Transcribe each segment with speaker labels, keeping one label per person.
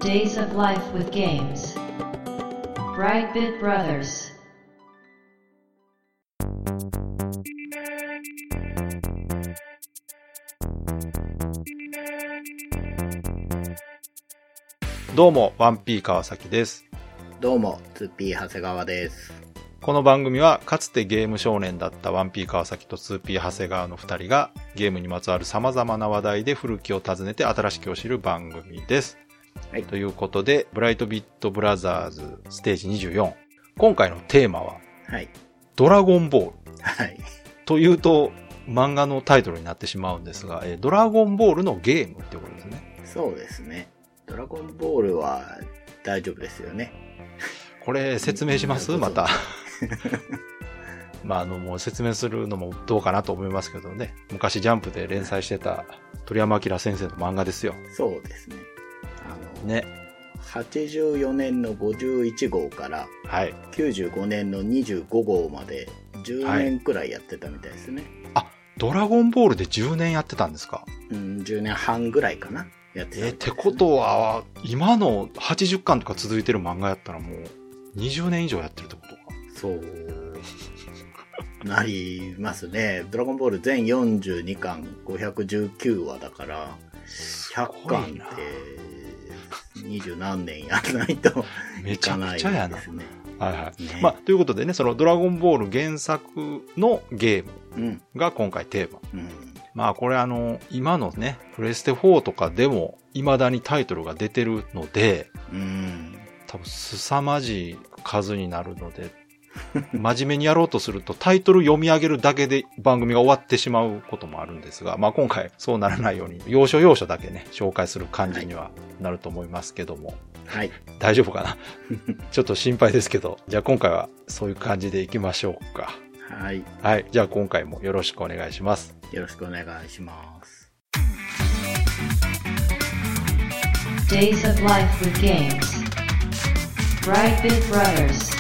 Speaker 1: Days of Life with Games Brightbit Brothers
Speaker 2: どうも、1P 川崎です。
Speaker 3: どうも、2P 長谷川です。
Speaker 2: この番組は、かつてゲーム少年だった 1P 川崎と 2P 長谷川の2人が、ゲームにまつわる様々な話題で古きを訪ねて新しきを知る番組です。はい。ということで、ブライトビットブラザーズステージ24。今回のテーマは、
Speaker 3: はい。
Speaker 2: ドラゴンボール。
Speaker 3: はい。
Speaker 2: というと、漫画のタイトルになってしまうんですが、ドラゴンボールのゲームってことですね。
Speaker 3: そうですね。ドラゴンボールは大丈夫ですよね。
Speaker 2: これ説明しますまた。まあ、もう説明するのもどうかなと思いますけどね。昔ジャンプで連載してた鳥山明先生の漫画ですよ。
Speaker 3: そうですね。
Speaker 2: ね。
Speaker 3: 84年の51号から、はい。95年の25号まで10年くらいやってたみたいですね。
Speaker 2: はい、あ、ドラゴンボールで10年やってたんですか？
Speaker 3: うん、10年半ぐらいかな。やってた、ね。
Speaker 2: ってことは、今の80巻とか続いてる漫画やったらもう20年以上やってるってことか。
Speaker 3: そう。なりますね。ドラゴンボール全42巻519話だから、100巻って20何年やらないと
Speaker 2: めちゃくちゃやな。はいはい。
Speaker 3: ね、
Speaker 2: まあ、ということでね、そのドラゴンボール原作のゲームが今回テーマ。うんまあこれ今のね、プレステ4とかでも未だにタイトルが出てるので、多分凄まじい数になるので、真面目にやろうとするとタイトル読み上げるだけで番組が終わってしまうこともあるんですが、まあ今回そうならないように、要所要所だけね、紹介する感じにはなると思いますけども。はい。大丈夫かなちょっと心配ですけど、じゃあ今回はそういう感じでいきましょうか。
Speaker 3: はい。
Speaker 2: はい。じゃあ今回もよろしくお願いします。
Speaker 3: よろしくお願いします。
Speaker 1: Days of Life with Games Brightbit Brothers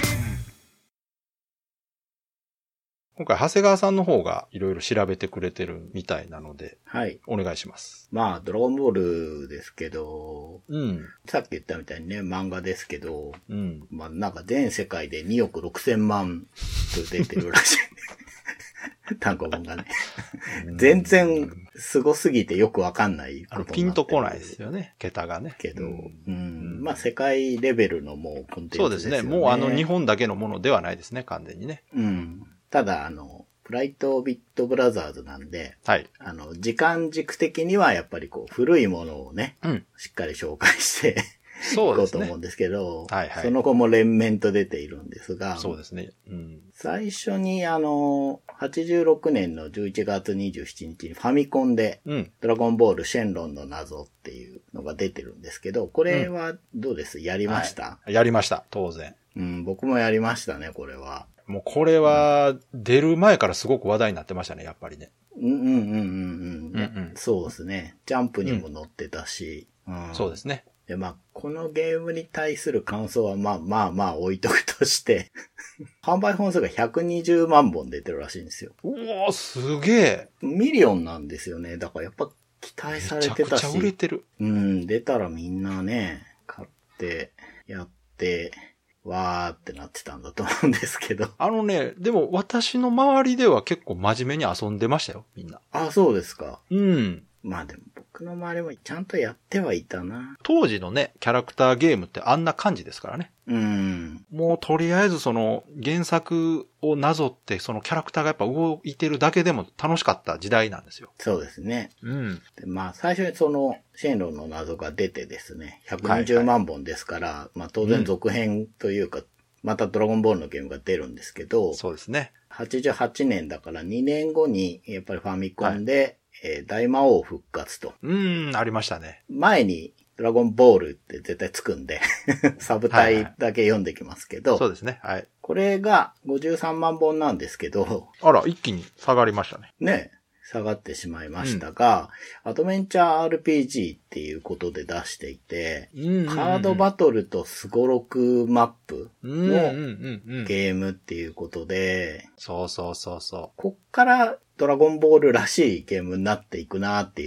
Speaker 2: 今回、長谷川さんの方がいろいろ調べてくれてるみたいなので、はい。お願いします。
Speaker 3: まあ、ドラゴンボールですけど、さっき言ったみたいにね、漫画ですけど、まあ、なんか全世界で2億6千万と出てるらしい。単行本がね。全然、凄すぎてよくわかんないことになってる。
Speaker 2: ピンとこないですよね、桁がね。
Speaker 3: けど、まあ、世界レベルのもうコンテンツですよね。そうですね。
Speaker 2: もう日本だけのものではないですね、完全にね。
Speaker 3: ただ、ブライトビットブラザーズなんで、
Speaker 2: はい。
Speaker 3: 時間軸的にはやっぱりこう、古いものをね、しっかり紹介して
Speaker 2: そうですね。
Speaker 3: いこうと思うんですけど、
Speaker 2: はいはい。
Speaker 3: その後も連綿と出ているんですが、
Speaker 2: そうですね。
Speaker 3: 最初に86年の11月27日にファミコンで、ドラゴンボールシェンロンの謎っていうのが出てるんですけど、これはどうです？やりました？
Speaker 2: はい、やりました、当然。
Speaker 3: 僕もやりましたね、これは。
Speaker 2: もうこれは、出る前からすごく話題になってましたね、やっぱりね。
Speaker 3: そうですね。ジャンプにも載ってたし。
Speaker 2: そうですね。
Speaker 3: で、まあ、このゲームに対する感想はまあ置いとくとして、販売本数が120万本出てるらしいんですよ。
Speaker 2: おー、すげえ。
Speaker 3: ミリオンなんですよね。だからやっぱ期待されてたし。めちゃくちゃ
Speaker 2: 売れてる。
Speaker 3: 出たらみんなね、買って、やって、わーってなってたんだと思うんですけど。
Speaker 2: でも私の周りでは結構真面目に遊んでましたよ、みんな。
Speaker 3: あ、そうですか。まあでも僕の周りもちゃんとやってはいたな。
Speaker 2: 当時のね、キャラクターゲームってあんな感じですからね。もうとりあえずその原作をなぞってそのキャラクターがやっぱ動いてるだけでも楽しかった時代なんですよ。
Speaker 3: そうですね。でまあ最初にそのシェンロンの謎が出てですね、120万本ですから、まあ当然続編というか、またドラゴンボールのゲームが出るんですけど、
Speaker 2: そうですね。
Speaker 3: 88年だから2年後にやっぱりファミコンで、大魔王復活と。
Speaker 2: ありましたね。
Speaker 3: 前にドラゴンボールって絶対つくんで、サブタイだけ読んできますけど、
Speaker 2: そうですね。はい。
Speaker 3: これが53万本なんですけど、
Speaker 2: あら、一気に下がりましたね。
Speaker 3: ね。下がってしまいましたが、アドベンチャー RPG っていうことで出していて、カードバトルとスゴロクマップのゲームっていうことで、
Speaker 2: そう。
Speaker 3: こっからドラゴンボールらしいゲームになっていくなっていう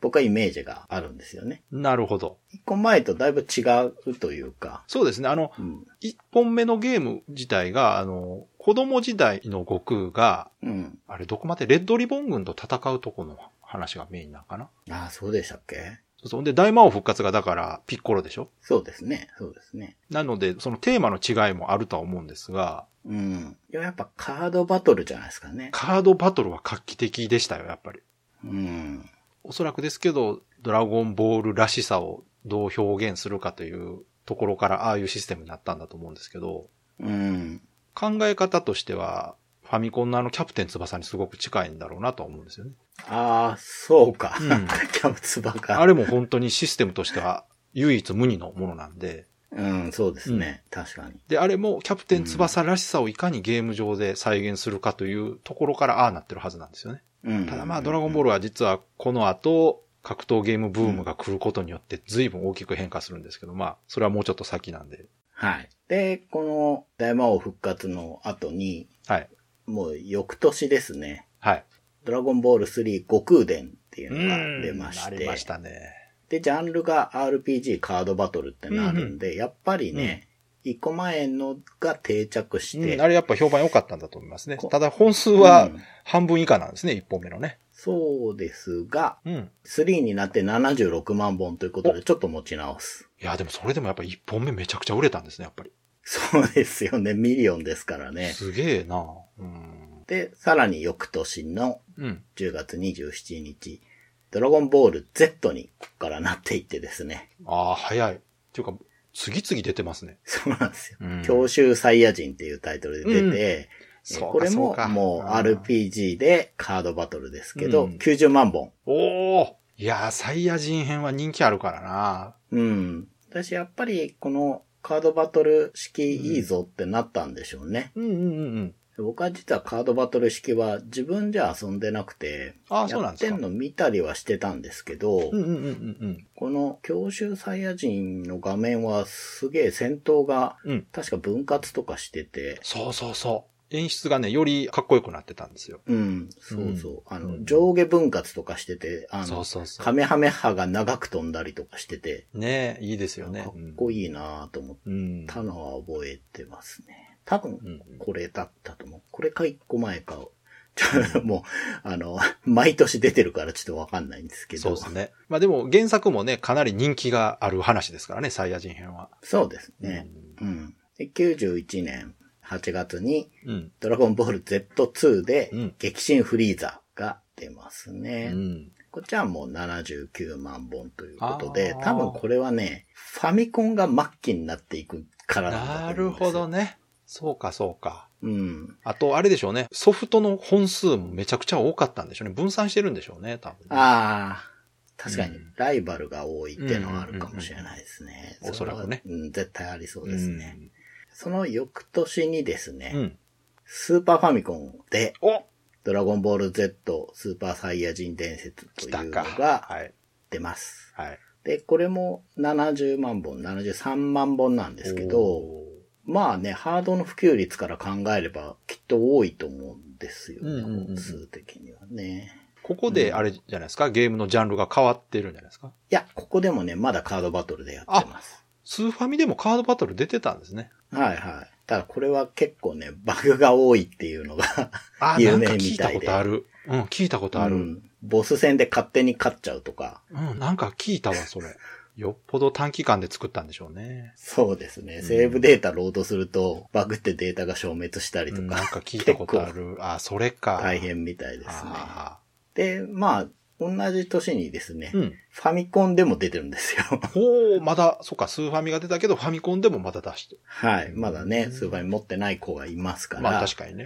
Speaker 3: 僕はイメージがあるんですよね。
Speaker 2: なるほど。
Speaker 3: 一個前とだいぶ違うというか。
Speaker 2: そうですね。一本目のゲーム自体が、子供時代の悟空が、あれどこまでレッドリボン軍と戦うとこの話がメインなのかな？
Speaker 3: ああ、そうでしたっけ？
Speaker 2: そう。で、大魔王復活がだからピッコロでしょ？
Speaker 3: そうですね。そうですね。
Speaker 2: なので、そのテーマの違いもあるとは思うんですが。
Speaker 3: やっぱカードバトルじゃないですかね。
Speaker 2: カードバトルは画期的でしたよ、やっぱり。おそらくですけど、ドラゴンボールらしさをどう表現するかというところからああいうシステムになったんだと思うんですけど、考え方としては、ファミコンのキャプテン翼にすごく近いんだろうなと思うんですよね。
Speaker 3: ああ、そうか。キャプツバか。
Speaker 2: あれも本当にシステムとしては唯一無二のものなんで。
Speaker 3: そうですね。確かに。
Speaker 2: で、あれもキャプテン翼らしさをいかにゲーム上で再現するかというところからああなってるはずなんですよね。ただまあドラゴンボールは実はこの後格闘ゲームブームが来ることによって随分大きく変化するんですけど、まあそれはもうちょっと先なんで。
Speaker 3: はい。で、この大魔王復活の後に、はい。もう翌年ですね。はい。ドラゴンボール3悟空伝っていうのが出まして。あり
Speaker 2: ましたね。
Speaker 3: で、ジャンルが RPG カードバトルってなるんで、やっぱりね、一個前のが定着して、
Speaker 2: あれやっぱ評判良かったんだと思いますね。ただ本数は半分以下なんですね、一本目のね。
Speaker 3: そうですが、3になって76万本ということでちょっと持ち直す。
Speaker 2: いや、でもそれでもやっぱ1本目めちゃくちゃ売れたんですね、やっぱり。
Speaker 3: そうですよね、ミリオンですからね。
Speaker 2: すげえな。
Speaker 3: で、さらに翌年の10月27日、ドラゴンボール Z にここからなっていってですね。
Speaker 2: ああ、早い。っていうか、次々出てますね。
Speaker 3: そうなんですよ。強襲サイヤ人っていうタイトルで出て、これももう RPG でカードバトルですけど、90万本。
Speaker 2: おー！いやー、サイヤ人編は人気あるからな。
Speaker 3: 私やっぱりこのカードバトル式いいぞってなったんでしょうね。僕は実はカードバトル式は自分じゃ遊んでなくて、やってんの見たりはしてたんですけど、この強襲サイヤ人の画面はすげえ戦闘が、確か分割とかしてて、
Speaker 2: そうそうそう。演出がね、よりかっこよくなってたんですよ。
Speaker 3: そうそう。上下分割とかしてて、カメハメハが長く飛んだりとかしてて、
Speaker 2: ねいいですよね。
Speaker 3: かっこいいなと思ったのは覚えてますね。多分、これだったと思う。これか一個前か。もう、毎年出てるからちょっとわかんないんですけど。
Speaker 2: そうですね。まあでも原作もね、かなり人気がある話ですからね、サイヤ人編は。
Speaker 3: そうですね。で91年8月に、ドラゴンボール Z2 で、激震フリーザが出ますね。こっちはもう79万本ということで、多分これはね、ファミコンが末期になっていくからなんだと思うんですよ。
Speaker 2: なるほどね。そうか、そうか。あと、あれでしょうね。ソフトの本数もめちゃくちゃ多かったんでしょうね。分散してるんでしょうね、多分、ね。
Speaker 3: 確かに、ライバルが多いっていうのはあるかもしれないですね。
Speaker 2: おそらくね。
Speaker 3: 絶対ありそうですね。その翌年にですね、スーパーファミコンで、ドラゴンボール Z スーパーサイヤ人伝説というのが出ます。で、これも70万本、73万本なんですけど、まあね、ハードの普及率から考えればきっと多いと思うんですよね、本数的にはね。
Speaker 2: ここであれじゃないですか、ゲームのジャンルが変わってるんじゃないですか？
Speaker 3: いや、ここでもね、まだカードバトルでやってます。
Speaker 2: スーファミでもカードバトル出てたんですね。
Speaker 3: はいはい。ただこれは結構ね、バグが多いっていうのが有名みたいで。
Speaker 2: 聞いたことある。聞いたことある。
Speaker 3: ボス戦で勝手に勝っちゃうとか。
Speaker 2: なんか聞いたわ、それ。よっぽど短期間で作ったんでしょうね。
Speaker 3: そうですね。セーブデータロードすると、バグってデータが消滅したりとか。
Speaker 2: なんか聞いたことある。それか。
Speaker 3: 大変みたいですね。で、まあ、同じ年にですね、ファミコンでも出てるんですよ。
Speaker 2: まだ、そっか、スーファミが出たけど、ファミコンでもまだ出して。
Speaker 3: はい。まだね、スーファミ持ってない子がいますから。
Speaker 2: まあ確かにね。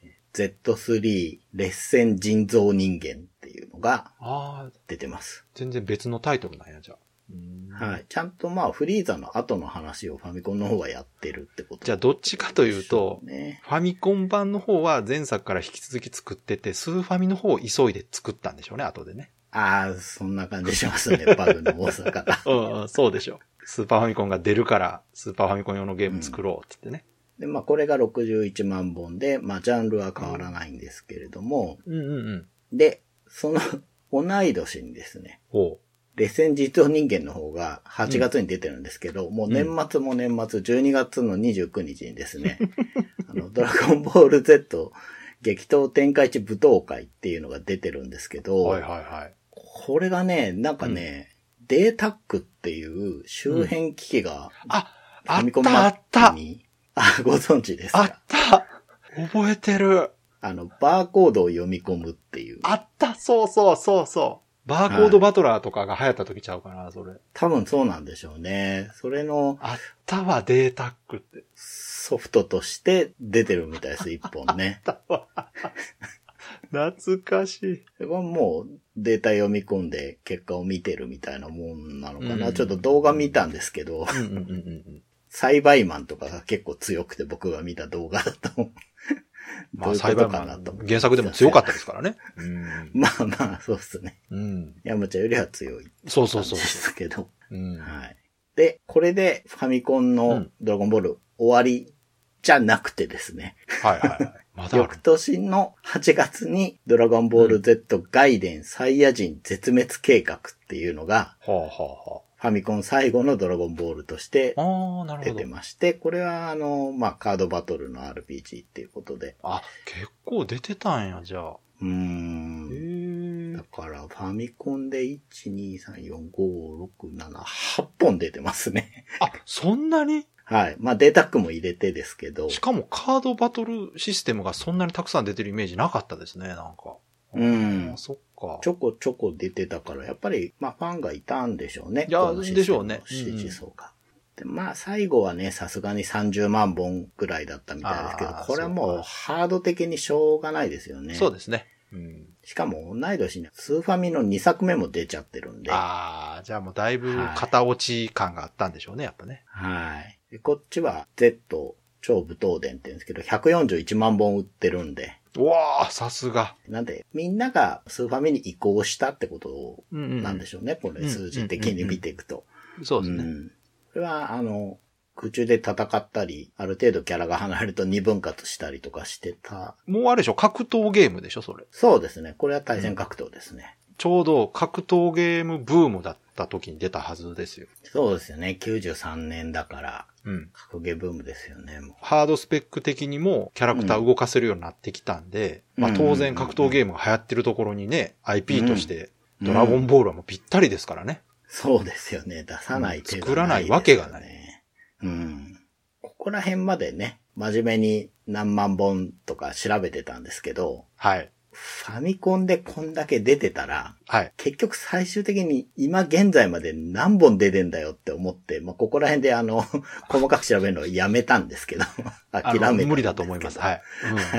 Speaker 3: Z3 劣戦人造人間っていうのが出てます。
Speaker 2: 全然別のタイトルなんや、じゃあ。
Speaker 3: はい。ちゃんとまあフリーザの後の話をファミコンの方はやってるってこと、
Speaker 2: じゃあどっちかというと、ファミコン版の方は前作から引き続き作ってて、スーファミの方を急いで作ったんでしょうね、後でね。
Speaker 3: そんな感じしますね、バグの多さから。
Speaker 2: そうでしょう。スーパーファミコンが出るから、スーパーファミコン用のゲーム作ろうって言ってね。
Speaker 3: で、まあこれが61万本で、まあジャンルは変わらないんですけれども、で、その同い年にですね、
Speaker 2: ほう。
Speaker 3: 烈戦実用人間の方が8月に出てるんですけど、もう年末も年末12月の29日にですね、ドラゴンボール Z 激闘天下一舞踏会っていうのが出てるんですけど、
Speaker 2: はいはいはい。
Speaker 3: これがね、なんかね、データックっていう周辺機器が、ファミコンマッチに、ご存知ですか？
Speaker 2: あった覚えてる。
Speaker 3: バーコードを読み込むっていう。
Speaker 2: あった、そうそうそうそう。バーコードバトラーとかが流行った時ちゃうかな、それ。
Speaker 3: 多分そうなんでしょうね。それの、
Speaker 2: あったわ、データックって。
Speaker 3: ソフトとして出てるみたいです、一本ね。
Speaker 2: あったわ。懐かしい。
Speaker 3: これはもうデータ読み込んで結果を見てるみたいなもんなのかな。ちょっと動画見たんですけど、栽培マンとかが結構強くて僕が見た動画だと。
Speaker 2: まあ、栽培マン原作でも強かったですからね。
Speaker 3: まあまあ、そうですね。ヤムチャよりは強い。
Speaker 2: そうそうそう。
Speaker 3: ですけど。はい。で、これでファミコンのドラゴンボール終わりじゃなくてですね。
Speaker 2: はいはいはい。まだ
Speaker 3: 翌年の8月にドラゴンボール Z ガイデンサイヤ人絶滅計画っていうのが、ファミコン最後のドラゴンボールとして出てまして、これはまあ、カードバトルの RPG っていうことで。
Speaker 2: あ、結構出てたんや、じゃあ。
Speaker 3: だから、ファミコンで1、2、3、4、5、6、7、8本出てますね。
Speaker 2: あ、そんなに？
Speaker 3: はい。まあ、データックも入れてですけど。
Speaker 2: しかもカードバトルシステムがそんなにたくさん出てるイメージなかったですね、なんか。そっか。
Speaker 3: ちょこちょこ出てたから、やっぱり、まあ、ファンがいたんでしょうね。
Speaker 2: いや、でしょうね。
Speaker 3: 支持層が。で、まあ、最後はね、さすがに30万本ぐらいだったみたいですけど、これはもう、ハード的にしょうがないですよね。
Speaker 2: そうですね。
Speaker 3: しかも、同い年に、スーファミの2作目も出ちゃってるんで。
Speaker 2: じゃあもうだいぶ型落ち感があったんでしょうね、やっぱね。
Speaker 3: はい。でこっちは Z 超武闘伝って言うんですけど、141万本売ってるんで。
Speaker 2: うわー、さすが。
Speaker 3: なんで、みんながスーファミに移行したってことなんでしょうね、これ数字的に見ていくと。
Speaker 2: そうですね。
Speaker 3: これは、空中で戦ったり、ある程度キャラが離れると二分割したりとかしてた。
Speaker 2: もうあれでしょ、格闘ゲームでしょ、それ。
Speaker 3: そうですね。これは対戦格闘ですね。
Speaker 2: ちょうど格闘ゲームブームだった時に出たはずですよ。
Speaker 3: そうですよね。93年だから、格ゲーブームですよね。もう
Speaker 2: ハードスペック的にもキャラクター動かせるようになってきたんで、まあ当然格闘ゲームが流行ってるところにね、IP としてドラゴンボールはもうぴったりですからね。
Speaker 3: そうですよね。出さない手がないですよね。
Speaker 2: 作らないわけがない。
Speaker 3: ここら辺までね、真面目に何万本とか調べてたんですけど、
Speaker 2: はい。
Speaker 3: ファミコンでこんだけ出てたら、
Speaker 2: はい。
Speaker 3: 結局最終的に今現在まで何本出てんだよって思って、まあ、ここら辺で細かく調べるのをやめたんですけど、諦めたんですけど。
Speaker 2: 無理だと思います。はい。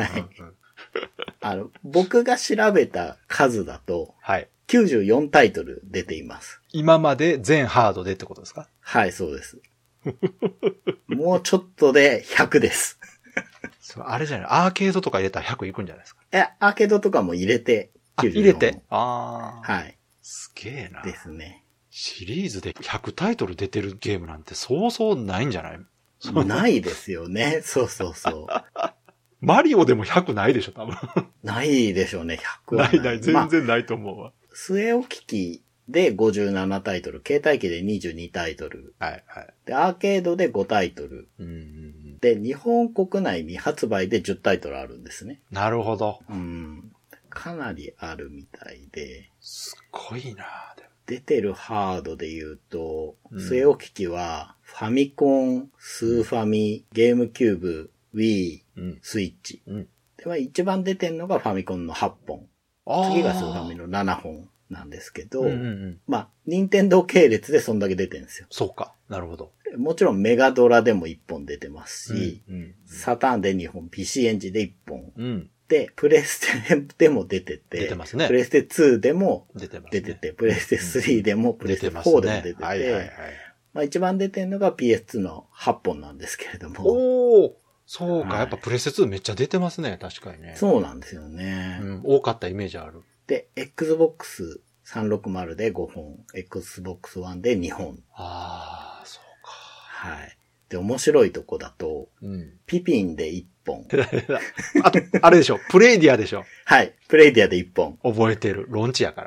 Speaker 3: 僕が調べた数だと、
Speaker 2: はい。
Speaker 3: 94タイトル出ています。
Speaker 2: 今まで全ハードでってことですか？
Speaker 3: はい、そうです。もうちょっとで100です。
Speaker 2: あれじゃない、アーケードとか入れたら100いくんじゃないですか？
Speaker 3: アーケードとかも入れて、
Speaker 2: 入れて。
Speaker 3: はい。
Speaker 2: すげえな。
Speaker 3: ですね。
Speaker 2: シリーズで100タイトル出てるゲームなんてそうそうないんじゃない？
Speaker 3: ないですよね。そうそうそう。
Speaker 2: マリオでも100ないでしょ、多分。
Speaker 3: ないでしょうね、100は
Speaker 2: ない。全然ないと思うわ。
Speaker 3: 据え置き機で57タイトル、携帯機で22タイトル。
Speaker 2: はいはい。
Speaker 3: で、アーケードで5タイトル。で、日本国内未発売で10タイトルあるんですね。
Speaker 2: なるほど。
Speaker 3: かなりあるみたいで。
Speaker 2: すごいな。
Speaker 3: 出てるハードで言うと、据え置き機は、ファミコン、スーファミ、ゲームキューブ、Wii、スイッチ。では一番出てんのがファミコンの8本。次がスーファミの7本なんですけど、まあ、任天堂系列でそんだけ出てるんですよ。
Speaker 2: そうか。なるほど。
Speaker 3: もちろんメガドラでも1本出てますし、サターンで2本、PC エンジンで1本。で、プレステでも出てて、
Speaker 2: 出てますね。
Speaker 3: プレステ2でも
Speaker 2: 出て
Speaker 3: て、プレステ3でも、プレステ4でも出てて、まあ一番出てるのが PS2 の8本なんですけれども。
Speaker 2: そうか、やっぱプレステ2めっちゃ出てますね、確かにね。
Speaker 3: そうなんですよね。
Speaker 2: 多かったイメージある。
Speaker 3: で、Xbox 360で5本、Xbox One で2本。
Speaker 2: そうか。
Speaker 3: はい。で、面白いとこだと、ピピンで1本。
Speaker 2: あれでしょ、プレイディアでしょ。
Speaker 3: はい、プレイディアで1本。
Speaker 2: 覚えてる。ロンチやからな。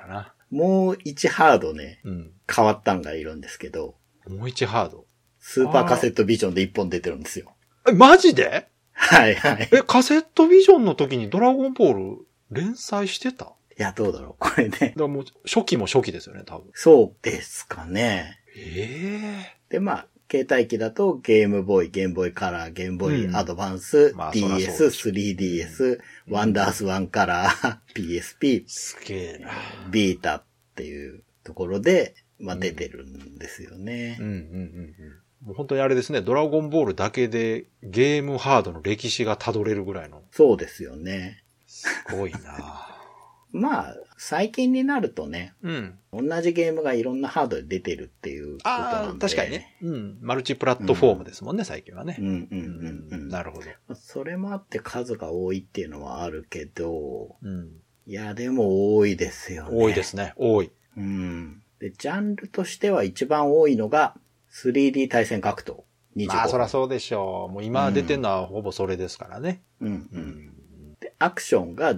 Speaker 3: もう1ハードね、変わったんがいるんですけど。
Speaker 2: もう1ハード
Speaker 3: スーパーカセットビジョンで1本出てるんですよ。
Speaker 2: マジで？
Speaker 3: はいはい。
Speaker 2: カセットビジョンの時にドラゴンボール連載してた？
Speaker 3: いや、どうだろうこれね。だ
Speaker 2: からもう初期も初期ですよね、多分。
Speaker 3: そうですかね。
Speaker 2: で、
Speaker 3: まあ、携帯機だとゲームボーイ、ゲームボーイカラー、ゲームボーイアドバンス、DS、3DS、ワンダースワンカラー、PSP、
Speaker 2: すげえな。
Speaker 3: ビータっていうところで、まあ出てるんですよね。
Speaker 2: もう本当にあれですね、ドラゴンボールだけでゲームハードの歴史が辿れるぐらいの。
Speaker 3: そうですよね。
Speaker 2: すごいな。
Speaker 3: まあ、最近になるとね、同じゲームがいろんなハードで出てるっていうことなんで。
Speaker 2: 確かにね。マルチプラットフォームですもんね、最近はね。なるほど。
Speaker 3: それもあって数が多いっていうのはあるけど、いや、でも多いですよね。
Speaker 2: 多いですね、多い。
Speaker 3: で、ジャンルとしては一番多いのが 3D 対戦格闘。
Speaker 2: まあ、そらそうでしょう。もう今出てるのはほぼそれですからね。
Speaker 3: で、アクションが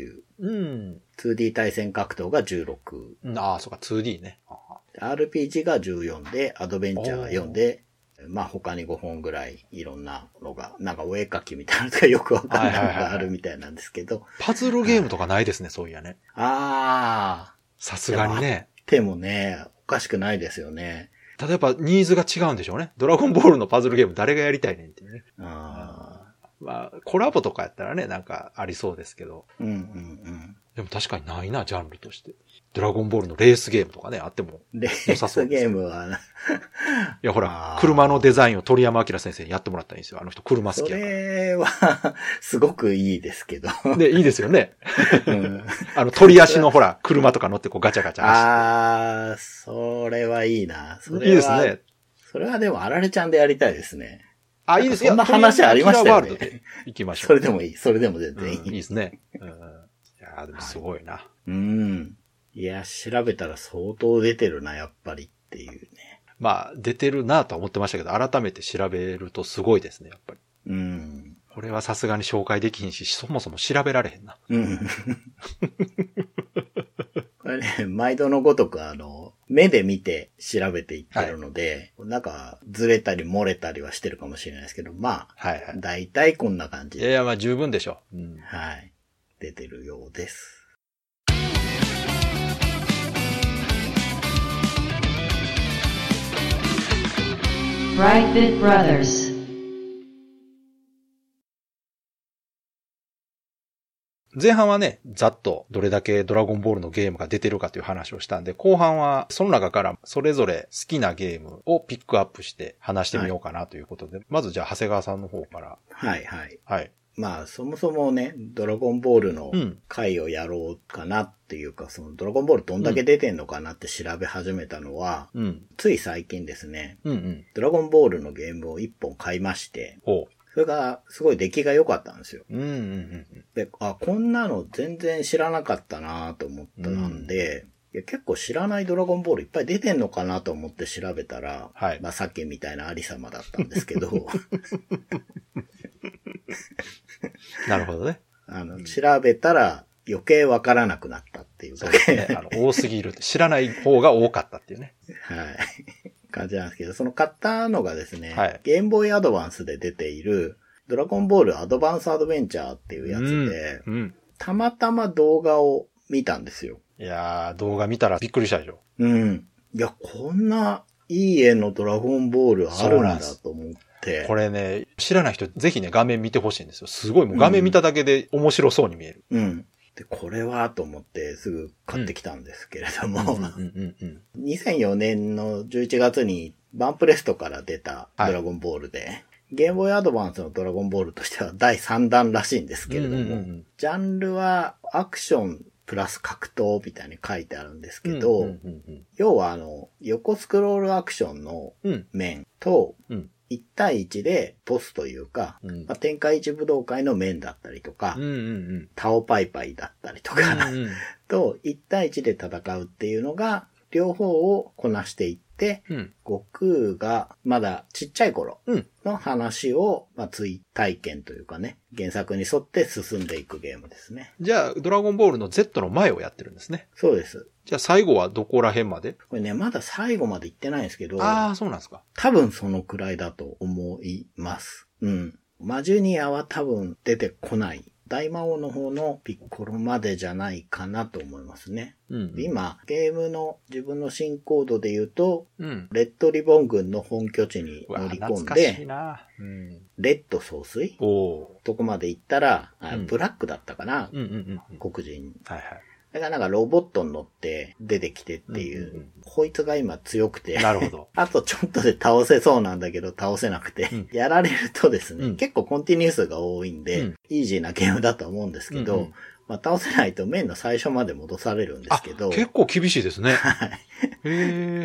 Speaker 3: 19。2D 対戦格闘が16。
Speaker 2: ああ、そうか、2D ね。
Speaker 3: RPG が14で、アドベンチャーが4で、まあ他に5本ぐらいいろんなのが、なんかお絵描きみたいなのがよくわかんないのがあるみたいなんですけど。
Speaker 2: パズルゲームとかないですね、そういやね。さすがにね。
Speaker 3: でもね、おかしくないですよね。
Speaker 2: ただやっぱニーズが違うんでしょうね。ドラゴンボールのパズルゲーム誰がやりたいねんっていうね。まあ、コラボとかやったらね、なんかありそうですけど。でも確かにないな、ジャンルとして。ドラゴンボールのレースゲームとかね、あっても良さそうです。
Speaker 3: レースゲームは、い
Speaker 2: や、ほら、車のデザインを鳥山明先生にやってもらったらいいんですよ。あの人車好きやから。
Speaker 3: それは、すごくいいですけど。
Speaker 2: で、いいですよね。鳥足のほら、車とか乗ってこうガチャガチャ
Speaker 3: 走って。それはいいな。
Speaker 2: いいですね。
Speaker 3: それはでも、あられちゃんでやりたいですね。
Speaker 2: いいです
Speaker 3: よ。そんな話ありましたよね。
Speaker 2: 行きましょう。
Speaker 3: それでもいい。それでも全然いい。
Speaker 2: いいですね。いやでもすごいな。
Speaker 3: いや、調べたら相当出てるな、やっぱりっていうね。
Speaker 2: まあ、出てるなとは思ってましたけど、改めて調べるとすごいですね、やっぱり。これはさすがに紹介できひんし、そもそも調べられへんな。
Speaker 3: これね、毎度のごとく目で見て調べていってるので、なんかずれたり漏れたりはしてるかもしれないですけど、まあ、だいたいこんな感じで。
Speaker 2: いや、まあ十分でしょう。
Speaker 3: はい。出てるようです。
Speaker 1: Brightbit Brothers。
Speaker 2: 前半はね、ざっとどれだけドラゴンボールのゲームが出てるかという話をしたんで、後半はその中からそれぞれ好きなゲームをピックアップして話してみようかなということで、まずじゃあ長谷川さんの方から。
Speaker 3: はい。
Speaker 2: ま
Speaker 3: あ、そもそもね、ドラゴンボールの回をやろうかなっていうか、そのドラゴンボールどんだけ出てんのかなって調べ始めたのは、つい最近ですね、ドラゴンボールのゲームを1本買いまして、それがすごい出来が良かったんですよ。で、こんなの全然知らなかったなと思ったんで、結構知らないドラゴンボールいっぱい出てんのかなと思って調べたら、まあさっきみたいなありさまだったんですけど、
Speaker 2: なるほどね。
Speaker 3: 調べたら余計わからなくなったっていうかね。
Speaker 2: 多すぎるって。知らない方が多かったっていうね。
Speaker 3: 感じなんですけど、その買ったのがですね、ゲームボーイアドバンスで出ているドラゴンボールアドバンスアドベンチャーっていうやつで、たまたま動画を見たんですよ。
Speaker 2: いやー、動画見たらびっくりしたでしょ。
Speaker 3: いや、こんないい絵のドラゴンボールあるんだと思って。
Speaker 2: これね、知らない人ぜひね、画面見てほしいんですよ。すごい、もう画面見ただけで面白そうに見える。
Speaker 3: で、これはと思ってすぐ買ってきたんですけれども、2004年の11月にバンプレストから出たドラゴンボールで、ゲームボーイアドバンスのドラゴンボールとしては第3弾らしいんですけれども、ジャンルはアクションプラス格闘みたいに書いてあるんですけど、要は横スクロールアクションの面と、1対1でボスというか、天下一武道会の面だったりとか、タオパイパイだったりとか、と1対1で戦うっていうのが、両方をこなしていってで、悟空がまだちっちゃい頃の話を、追体験というかね、原作に沿って進んでいくゲームですね。
Speaker 2: じゃあ、ドラゴンボールの Z の前をやってるんですね。
Speaker 3: そうです。
Speaker 2: じゃあ最後はどこら辺まで？
Speaker 3: これね、まだ最後まで行ってないんですけど。
Speaker 2: ああ、そうなんですか。
Speaker 3: 多分そのくらいだと思います。マジュニアは多分出てこない。大魔王の方のピッコロまでじゃないかなと思いますね。今、ゲームの自分の進行度で言うと、レッドリボン軍の本拠地に乗り込んで、レッド総帥とこまで行ったら、ブラックだったかな、黒人。だからなんかロボットに乗って出てきてっていう、こいつが今強くて、
Speaker 2: なるほど。
Speaker 3: あとちょっとで倒せそうなんだけど倒せなくて、やられるとですね、結構コンティニュースが多いんで、イージーなゲームだと思うんですけど、倒せないと面の最初まで戻されるんですけど。
Speaker 2: 結構厳しいですね。
Speaker 3: はい。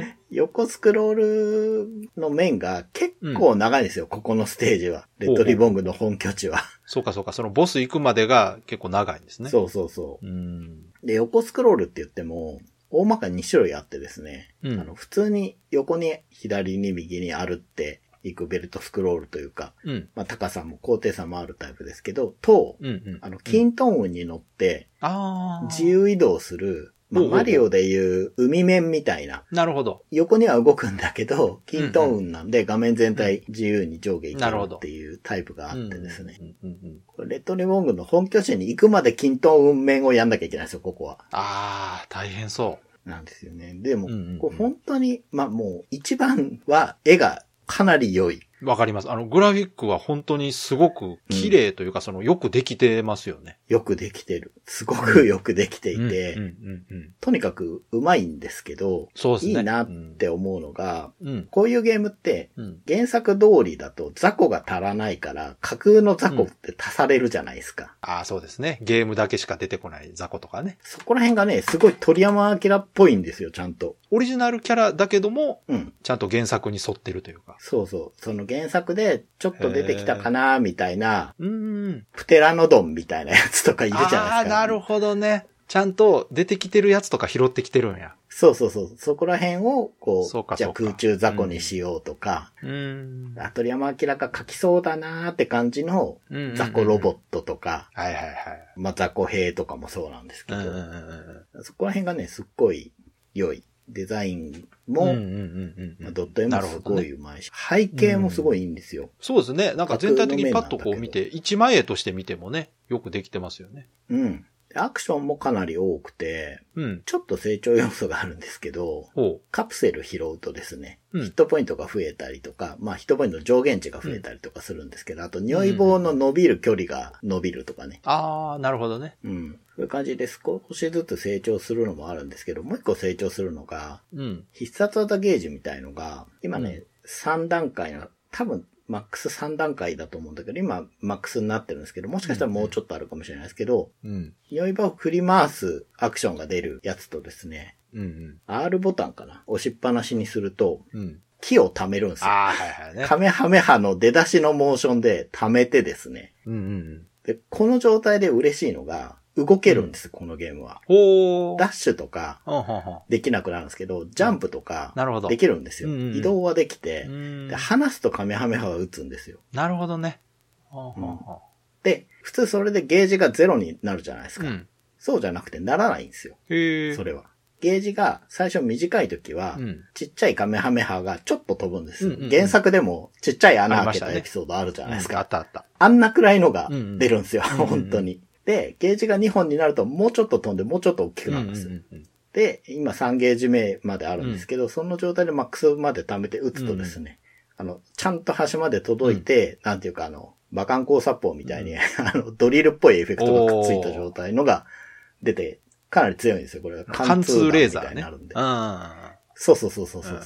Speaker 3: 横スクロールの面が結構長いんですよ、ここのステージは。レッドリボングの本拠地は。
Speaker 2: そうかそうか、そのボス行くまでが結構長いんですね。
Speaker 3: そうそうそう。で、横スクロールって言っても、大まかに2種類あってですね、普通に横に左に右にあるっていくベルトスクロールというか、高さも高低差もあるタイプですけど、キントーンに乗って自由移動する、マリオでいう海面みたいな。
Speaker 2: なるほど。
Speaker 3: 横には動くんだけど、キントーンなんで画面全体自由に上下行けるっていうタイプがあってですね。レッドリボン軍の本拠地に行くまでキントーン面をやんなきゃいけないんですよ、ここは。
Speaker 2: ああ、大変そう。
Speaker 3: なんですよね。でも、こう本当に、もう一番は絵がかなり良い。
Speaker 2: わかります。グラフィックは本当にすごく綺麗というか、よくできてますよね。
Speaker 3: よくできてる。すごくよくできていて、とにかくうまいんですけど、
Speaker 2: そうですね、
Speaker 3: いいなって思うのが、こういうゲームって、原作通りだと雑魚が足らないから、架空の雑魚って足されるじゃないですか。
Speaker 2: ああ、そうですね。ゲームだけしか出てこない雑魚とかね。
Speaker 3: そこら辺がね、すごい鳥山明っぽいんですよ、ちゃんと。
Speaker 2: オリジナルキャラだけども、ちゃんと原作に沿ってるというか。
Speaker 3: そうそう。その原作でちょっと出てきたかなみたいな、プテラノドンみたいなやつとかいるじゃないですか。
Speaker 2: ああ、なるほどね。ちゃんと出てきてるやつとか拾ってきてるんや。
Speaker 3: そうそうそう。そこら辺を、じゃあ空中雑魚にしようとか、鳥山明が書きそうだなーって感じの雑魚ロボットとか、雑魚兵とかもそうなんですけど、そこら辺がね、すっごい良い。デザインも、ドット絵もすごいうまいし、背景もすごいいいんですよ。
Speaker 2: そうですね。なんか全体的にパッとこう見て、一枚絵として見てもね、よくできてますよね。
Speaker 3: アクションもかなり多くて、ちょっと成長要素があるんですけど、カプセル拾うとですね、ヒットポイントが増えたりとか、ヒットポイントの上限値が増えたりとかするんですけど、あと如意棒の伸びる距離が伸びるとかね。
Speaker 2: ああ、なるほどね。
Speaker 3: そういう感じで少しずつ成長するのもあるんですけど、もう一個成長するのが、必殺技ゲージみたいのが、今ね、3段階の、多分、マックス3段階だと思うんだけど、今、マックスになってるんですけど、もしかしたらもうちょっとあるかもしれないですけど、如意棒を振り回すアクションが出るやつとですね、R ボタンかな押しっぱなしにすると、木を溜めるんですよ。カメハメハの出だしのモーションで溜めてですね。で、この状態で嬉しいのが、動けるんです、このゲームは。ダッシュとか、できなくなるんですけど、ジャンプとか、できるんですよ。移動はできて、で離すとカメハメハが打つんですよ。
Speaker 2: なるほどね。
Speaker 3: で、普通それでゲージがゼロになるじゃないですか。そうじゃなくてならないんですよ。それは。ゲージが最初短い時は、ちっちゃいカメハメハがちょっと飛ぶんです。原作でもちっちゃい穴開けたエピソードあるじゃないですか。あんなくらいのが出るんですよ、本当に。で、ゲージが2本になるともうちょっと飛んでもうちょっと大きくなるんです。で、今3ゲージ目まであるんですけど、その状態でマックスまで貯めて打つとですね、ちゃんと端まで届いて、なんていうか馬鹿光殺法みたいに、ドリルっぽいエフェクトがくっついた状態のが出て、かなり強いんですよ、これが。
Speaker 2: 貫通レーザーね。
Speaker 3: そうそうそうそうそう。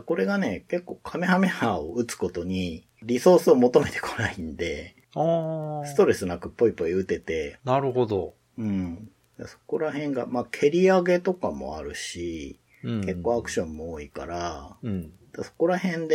Speaker 3: これがね、結構カメハメハを打つことにリソースを求めてこないんで、ストレスなくポイポイ打てて。
Speaker 2: なるほど。
Speaker 3: そこら辺が、蹴り上げとかもあるし、結構アクションも多いから、そこら辺で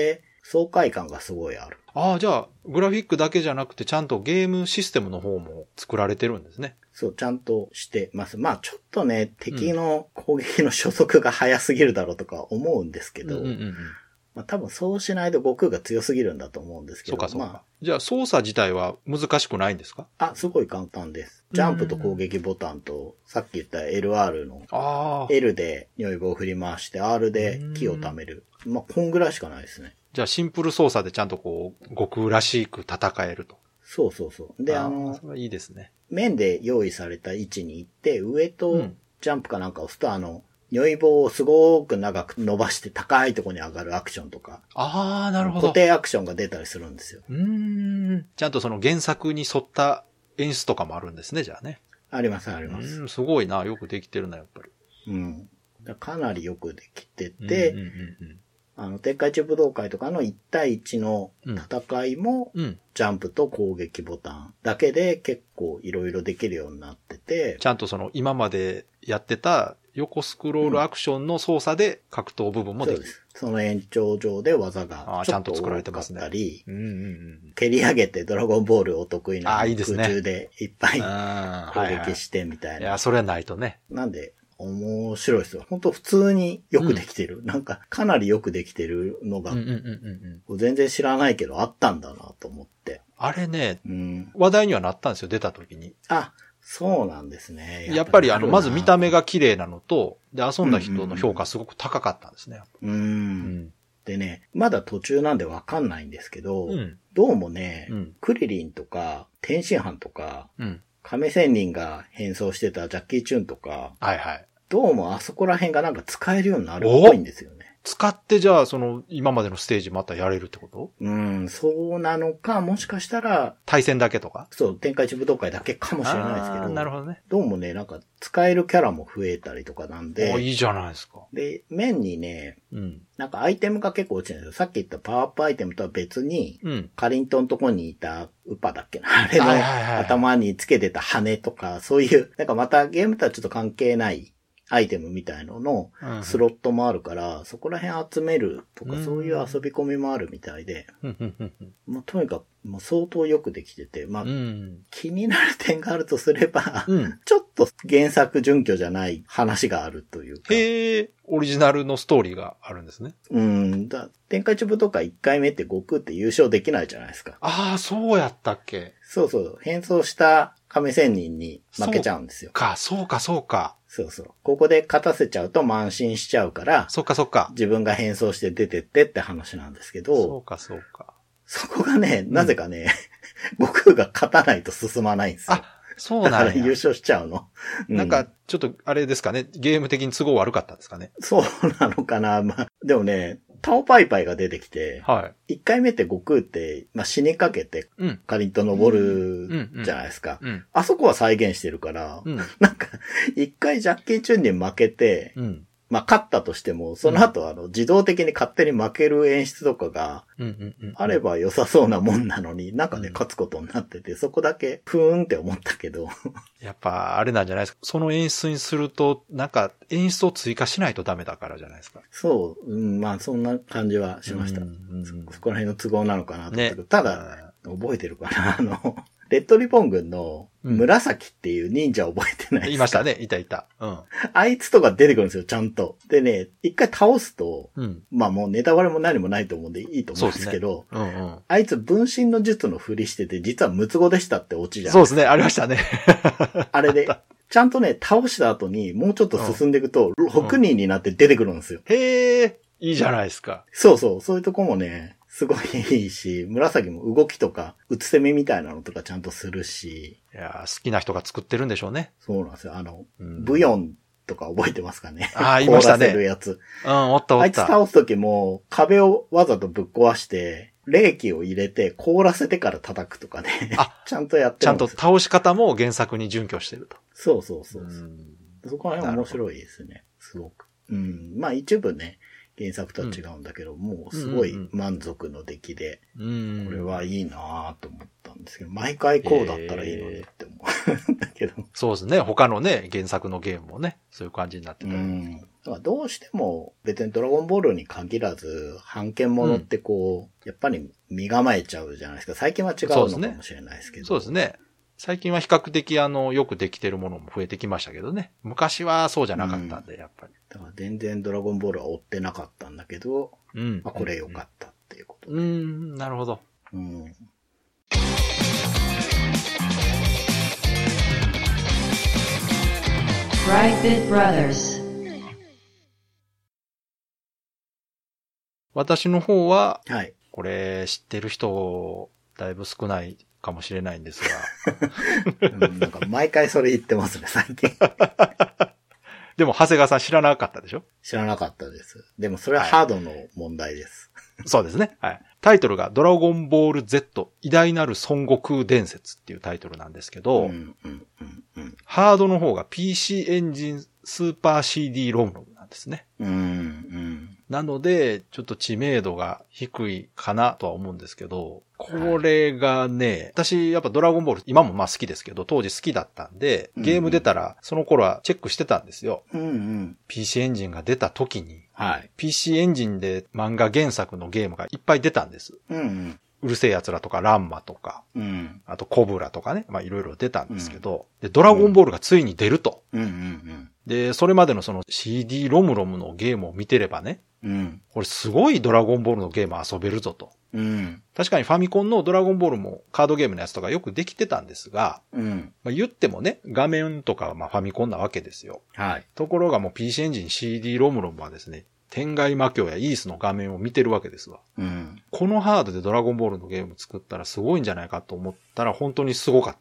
Speaker 3: 爽快感がすごいある。
Speaker 2: ああ、じゃあ、グラフィックだけじゃなくて、ちゃんとゲームシステムの方も作られてるんですね。
Speaker 3: そう、ちゃんとしてます。まあ、ちょっとね、敵の攻撃の初速が速すぎるだろうとか思うんですけど、まあ、多分そうしないと悟空が強すぎるんだと思うんですけど。
Speaker 2: そうかそうか。
Speaker 3: まあ、
Speaker 2: じゃあ操作自体は難しくないんですか？
Speaker 3: すごい簡単です。ジャンプと攻撃ボタンと、さっき言った LR の、L で如意棒を振り回して、R で木を貯める。まあ、こんぐらいしかないですね。
Speaker 2: じゃあシンプル操作でちゃんとこう、悟空らしく戦えると。
Speaker 3: そうそうそう。で、
Speaker 2: それはいいですね。
Speaker 3: 面で用意された位置に行って、上とジャンプかなんか押すと、如意棒をすごく長く伸ばして高いところに上がるアクションとか。
Speaker 2: なるほど。
Speaker 3: 固定アクションが出たりするんですよ。
Speaker 2: ちゃんとその原作に沿った演出とかもあるんですね、じゃあね。
Speaker 3: あります、あります。
Speaker 2: すごいな。よくできてるな、やっぱり。
Speaker 3: かなりよくできてて、天下一武道会とかの1対1の戦いも、ジャンプと攻撃ボタンだけで結構いろいろできるようになってて、
Speaker 2: ちゃんとその今までやってた横スクロールアクションの操作で格闘部分もできる。
Speaker 3: そうです。その延長上で技がちょっと多かったり、蹴り上げてドラゴンボールお得意な空中でいっぱい攻撃してみたいな。
Speaker 2: いや、それはないとね。
Speaker 3: なんで、面白いですよ。本当普通によくできてる。なんか、かなりよくできてるのが、全然知らないけどあったんだなと思って。
Speaker 2: あれね、話題にはなったんですよ、出た時に。
Speaker 3: そうなんですね。
Speaker 2: やっぱりまず見た目が綺麗なのと、で、遊んだ人の評価すごく高かったんですね。
Speaker 3: でね、まだ途中なんでわかんないんですけど、どうもね、クリリンとか、天津飯とか、亀仙人が変装してたジャッキーチュンとか、どうもあそこら辺がなんか使えるようになるっぽいんですよね。
Speaker 2: 使ってじゃあ今までのステージまたやれるってこと？
Speaker 3: そうなのか、もしかしたら、
Speaker 2: 対戦だけとか？
Speaker 3: そう、天下一武道会だけかもしれないですけど、
Speaker 2: なるほどね。
Speaker 3: どうもね、なんか使えるキャラも増えたりとかなんで、
Speaker 2: いいじゃないですか。
Speaker 3: で、面にね、なんかアイテムが結構落ちるんですよ。さっき言ったパワーアップアイテムとは別に、かりんとんとこにいたウパだっけな、あれの頭につけてた羽とか、そういう、なんかまたゲームとはちょっと関係ないアイテムみたいののスロットもあるから、そこら辺集めるとか、そういう遊び込みもあるみたいで、まあ、とにかくもう相当よくできてて、まあ、気になる点があるとすれば、ちょっと原作準拠じゃない話があるというか。
Speaker 2: オリジナルのストーリーがあるんですね。
Speaker 3: 天下一武道会1回目って悟空って優勝できないじゃないですか。
Speaker 2: そうやったっけ？
Speaker 3: そうそう。変装した亀仙人に負けちゃうんですよ。
Speaker 2: そうか。
Speaker 3: そうそう。ここで勝たせちゃうと慢心しちゃうから、
Speaker 2: そっか。
Speaker 3: 自分が変装して出てってって話なんですけど、
Speaker 2: そうか。
Speaker 3: そこがね、なぜかね、悟空が勝たないと進まないんですよ。
Speaker 2: そうなんだ。
Speaker 3: だから優勝しちゃうの。
Speaker 2: なんか、ちょっとあれですかね、ゲーム的に都合悪かったんですかね。
Speaker 3: そうなのかな。まあ、でもね、タオパイパイが出てきて、1回目って悟空って、まあ、死にかけて、かりんと登るじゃないですか。あそこは再現してるから、なんか、1回ジャッキーチュンに負けて、まあ、勝ったとしても、その後、自動的に勝手に負ける演出とかが、あれば良さそうなもんなのに、なんかね、勝つことになってて、そこだけ、ふーんって思ったけど。
Speaker 2: やっぱ、あれなんじゃないですか。その演出にすると、なんか、演出を追加しないとダメだからじゃないですか。
Speaker 3: そう、まあ、そんな感じはしました。そこら辺の都合なのかなと思ったけど、ただ、覚えてるかな、レッドリボン軍の紫っていう忍者覚えてないですか？
Speaker 2: いましたね。いた。
Speaker 3: あいつとか出てくるんですよ、ちゃんと。でね、一回倒すと、まあもうネタバレも何もないと思うんでいいと思うんですけど、あいつ分身の術のふりしてて、実は六つ子でしたってオチじゃん。
Speaker 2: そうですね、ありましたね。
Speaker 3: あれで、ちゃんとね、倒した後にもうちょっと進んでいくと、6人になって出てくるんですよ。
Speaker 2: いいじゃないですか。
Speaker 3: そういうとこもね、すごいいいし、紫も動きとか、うつ攻めみたいなのとかちゃんとするし。
Speaker 2: いや好きな人が作ってるんでしょうね。
Speaker 3: そうなんですよ。ブヨンとか覚えてますかね。
Speaker 2: いましたね。
Speaker 3: 凍らせるやつ。
Speaker 2: おった。
Speaker 3: あいつ倒すときも、壁をわざとぶっ壊して、冷気を入れて凍らせてから叩くとかね。ちゃんとやってるんですよ。
Speaker 2: ちゃんと倒し方も原作に準拠してると。
Speaker 3: そう。そこら辺面白いですね。すごく。まあ一部ね、 原作とは違うんだけど、もうすごい満足の出来で、これはいいなぁと思ったんですけど、毎回こうだったらいいのにって思うんだけど。
Speaker 2: そうですね。他のね、原作のゲームもね、そういう感じになってたり。
Speaker 3: だからどうしても別にドラゴンボールに限らず、版権ものってこう、やっぱり身構えちゃうじゃないですか。最近は違うのかもしれないですけど。
Speaker 2: そうですね。最近は比較的よくできてるものも増えてきましたけどね。昔はそうじゃなかったんで、やっぱり。
Speaker 3: だから全然ドラゴンボールは追ってなかったんだけど、まあこれ良かったっていうことで。
Speaker 2: なるほど。
Speaker 1: Brightbit Brothers。
Speaker 2: 私の方は、
Speaker 3: はい。
Speaker 2: これ知ってる人だいぶ少ないかもしれないんです
Speaker 3: が。なんか毎回それ言ってますね、最近。
Speaker 2: でも、長谷川さん知らなかったでしょ？
Speaker 3: 知らなかったです。でもそれはハードの問題です。
Speaker 2: そうですね。はい。タイトルがドラゴンボール Z 偉大なる孫悟空伝説っていうタイトルなんですけど、ハードの方が PC エンジンスーパー CD ロムロムなんですね。なので、ちょっと知名度が低いかなとは思うんですけど、これがね、私やっぱドラゴンボール今もまあ好きですけど、当時好きだったんで、ゲーム出たらその頃はチェックしてたんですよ。PC エンジンが出た時に、PC エンジンで漫画原作のゲームがいっぱい出たんです。うるせえ奴らとかランマとか、あとコブラとかね、まあいろいろ出たんですけど、で、ドラゴンボールがついに出ると。で、それまでのその CD ロムロムのゲームを見てればね、これすごいドラゴンボールのゲーム遊べるぞと。確かにファミコンのドラゴンボールもカードゲームのやつとかよくできてたんですが、まあ、言ってもね、画面とかはまあファミコンなわけですよ。ところがもう PC エンジン CD ロムロムはですね、天外魔境やイースの画面を見てるわけですわ。このハードでドラゴンボールのゲーム作ったらすごいんじゃないかと思ったら本当にすごかった。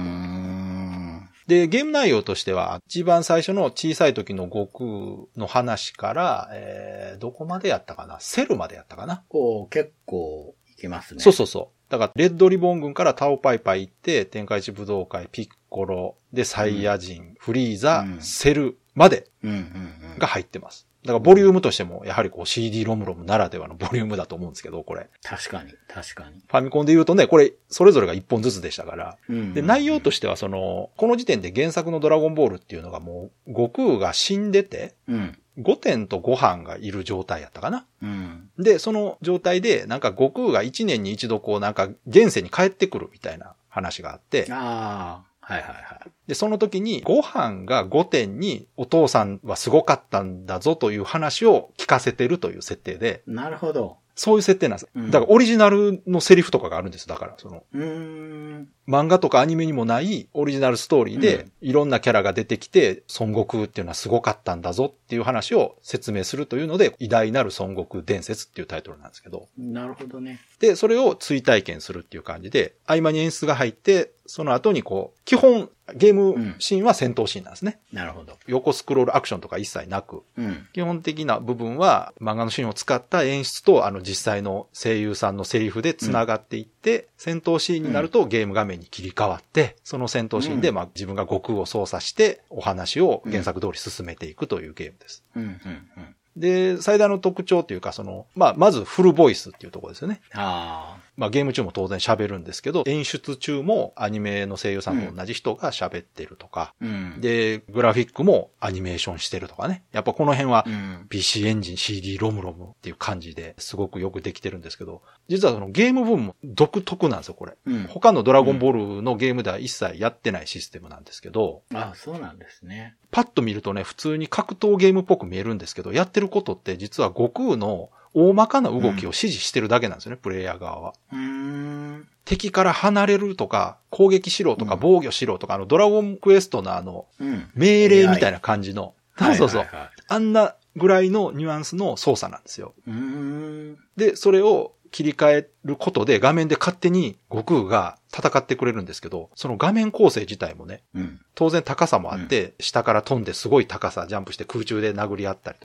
Speaker 2: で、ゲーム内容としては、一番最初の小さい時の悟空の話から、どこまでやったかな？セルまでやったかな？
Speaker 3: 結構いきますね。
Speaker 2: そう。だから、レッドリボン軍からタオパイパイ行って、天下一武道会、ピッコロ、で、サイヤ人、フリーザ、セルまでが入ってます。だからボリュームとしても、やはりこう CD ロムロムならではのボリュームだと思うんですけど、これ。
Speaker 3: 確かに。フ
Speaker 2: ァミコンで言うとね、これ、それぞれが1本ずつでしたから。で、内容としてはこの時点で原作のドラゴンボールっていうのがもう、悟空が死んでて、5点とご飯がいる状態やったかな。で、その状態で、なんか悟空が1年に一度こう、なんか現世に帰ってくるみたいな話があって。で、その時に、ご飯が5点にお父さんはすごかったんだぞという話を聞かせてるという設定で。
Speaker 3: なるほど。
Speaker 2: そういう設定なんです。だからオリジナルのセリフとかがあるんです。だから、漫画とかアニメにもないオリジナルストーリーで、いろんなキャラが出てきて、孫悟空っていうのはすごかったんだぞっていう話を説明するというので、偉大なる孫悟空伝説っていうタイトルなんですけど。
Speaker 3: なるほどね。
Speaker 2: で、それを追体験するっていう感じで、合間に演出が入って、その後にこう、基本、ゲームシーンは戦闘シーンなんですね。
Speaker 3: なるほど。
Speaker 2: 横スクロールアクションとか一切なく、基本的な部分は漫画のシーンを使った演出と実際の声優さんのセリフで繋がっていって、戦闘シーンになるとゲーム画面に切り替わって、その戦闘シーンで自分が悟空を操作してお話を原作通り進めていくというゲームです。で、最大の特徴っていうか、まずフルボイスっていうところですよね。ゲーム中も当然喋るんですけど、演出中もアニメの声優さんと同じ人が喋ってるとか、で、グラフィックもアニメーションしてるとかね。やっぱこの辺は PC エンジン CD ロムロムっていう感じですごくよくできてるんですけど、実はゲーム部分も独特なんですよ、これ。他のドラゴンボールのゲームでは一切やってないシステムなんですけど。
Speaker 3: そうなんですね。
Speaker 2: パッと見るとね、普通に格闘ゲームっぽく見えるんですけど、やってることって実は悟空の大まかな動きを指示してるだけなんですよね、プレイヤー側は。敵から離れるとか、攻撃しろとか、防御しろとか、ドラゴンクエストの命令みたいな感じの。そう。あんなぐらいのニュアンスの操作なんですよ。で、それを切り替えることで画面で勝手に悟空が戦ってくれるんですけど、その画面構成自体もね、当然高さもあって、下から飛んですごい高さジャンプして空中で殴り合ったりとか、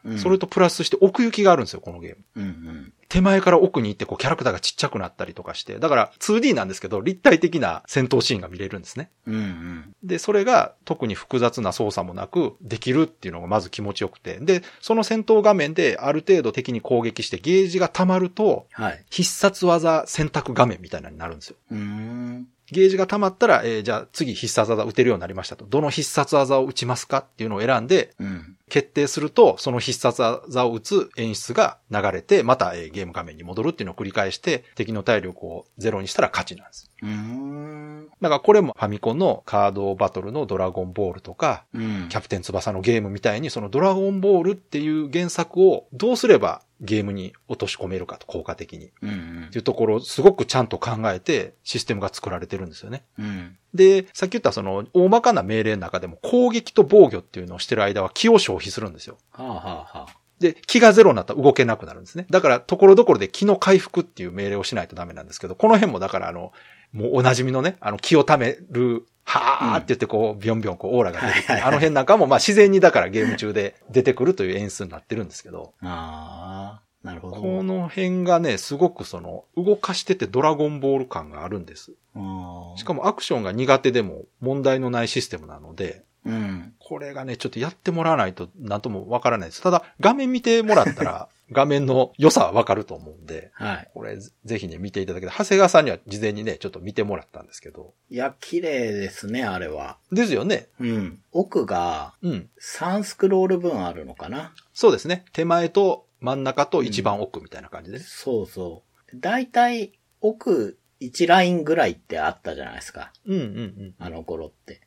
Speaker 2: それとプラスして奥行きがあるんですよ、このゲーム。手前から奥に行ってこうキャラクターがちっちゃくなったりとかして、だから 2D なんですけど立体的な戦闘シーンが見れるんですね。で、それが特に複雑な操作もなくできるっていうのがまず気持ちよくて、で、その戦闘画面である程度敵に攻撃してゲージが溜まると、必殺技選択画面みたいなのになるんですよ。ゲージが溜まったら、じゃあ次必殺技打てるようになりましたと。どの必殺技を打ちますかっていうのを選んで、決定すると、その必殺技を打つ演出が流れて、また、ゲーム画面に戻るっていうのを繰り返して、敵の体力をゼロにしたら勝ちなんです。だからこれもファミコンのカードバトルのドラゴンボールとか、キャプテン翼のゲームみたいに、そのドラゴンボールっていう原作をどうすればゲームに落とし込めるかと、効果的に。っていうところをすごくちゃんと考えてシステムが作られてるんですよね。で、さっき言ったその大まかな命令の中でも攻撃と防御っていうのをしてる間は気を消費するんですよ。で、気がゼロになったら動けなくなるんですね。だから、ところどころで気の回復っていう命令をしないとダメなんですけど、この辺もだからもうお馴染みのね、気を溜める、はーって言ってこう、ビョンビョンこうオーラが出てきて、あの辺なんかもまあ自然にだからゲーム中で出てくるという演出になってるんですけど。
Speaker 3: なるほど。
Speaker 2: この辺がね、すごく動かしててドラゴンボール感があるんです。しかもアクションが苦手でも問題のないシステムなので、これがね、ちょっとやってもらわないとなんともわからないです。ただ、画面見てもらったら、画面の良さはわかると思うんで、これぜひね、見ていただけて、長谷川さんには事前にね、ちょっと見てもらったんですけど。
Speaker 3: いや、綺麗ですね、あれは。
Speaker 2: ですよね。
Speaker 3: 奥が、3スクロール分あるのかな。
Speaker 2: そうですね。手前と真ん中と一番奥みたいな感じでね。
Speaker 3: そうそう。だいたい奥1ラインぐらいってあったじゃないですか。あの頃って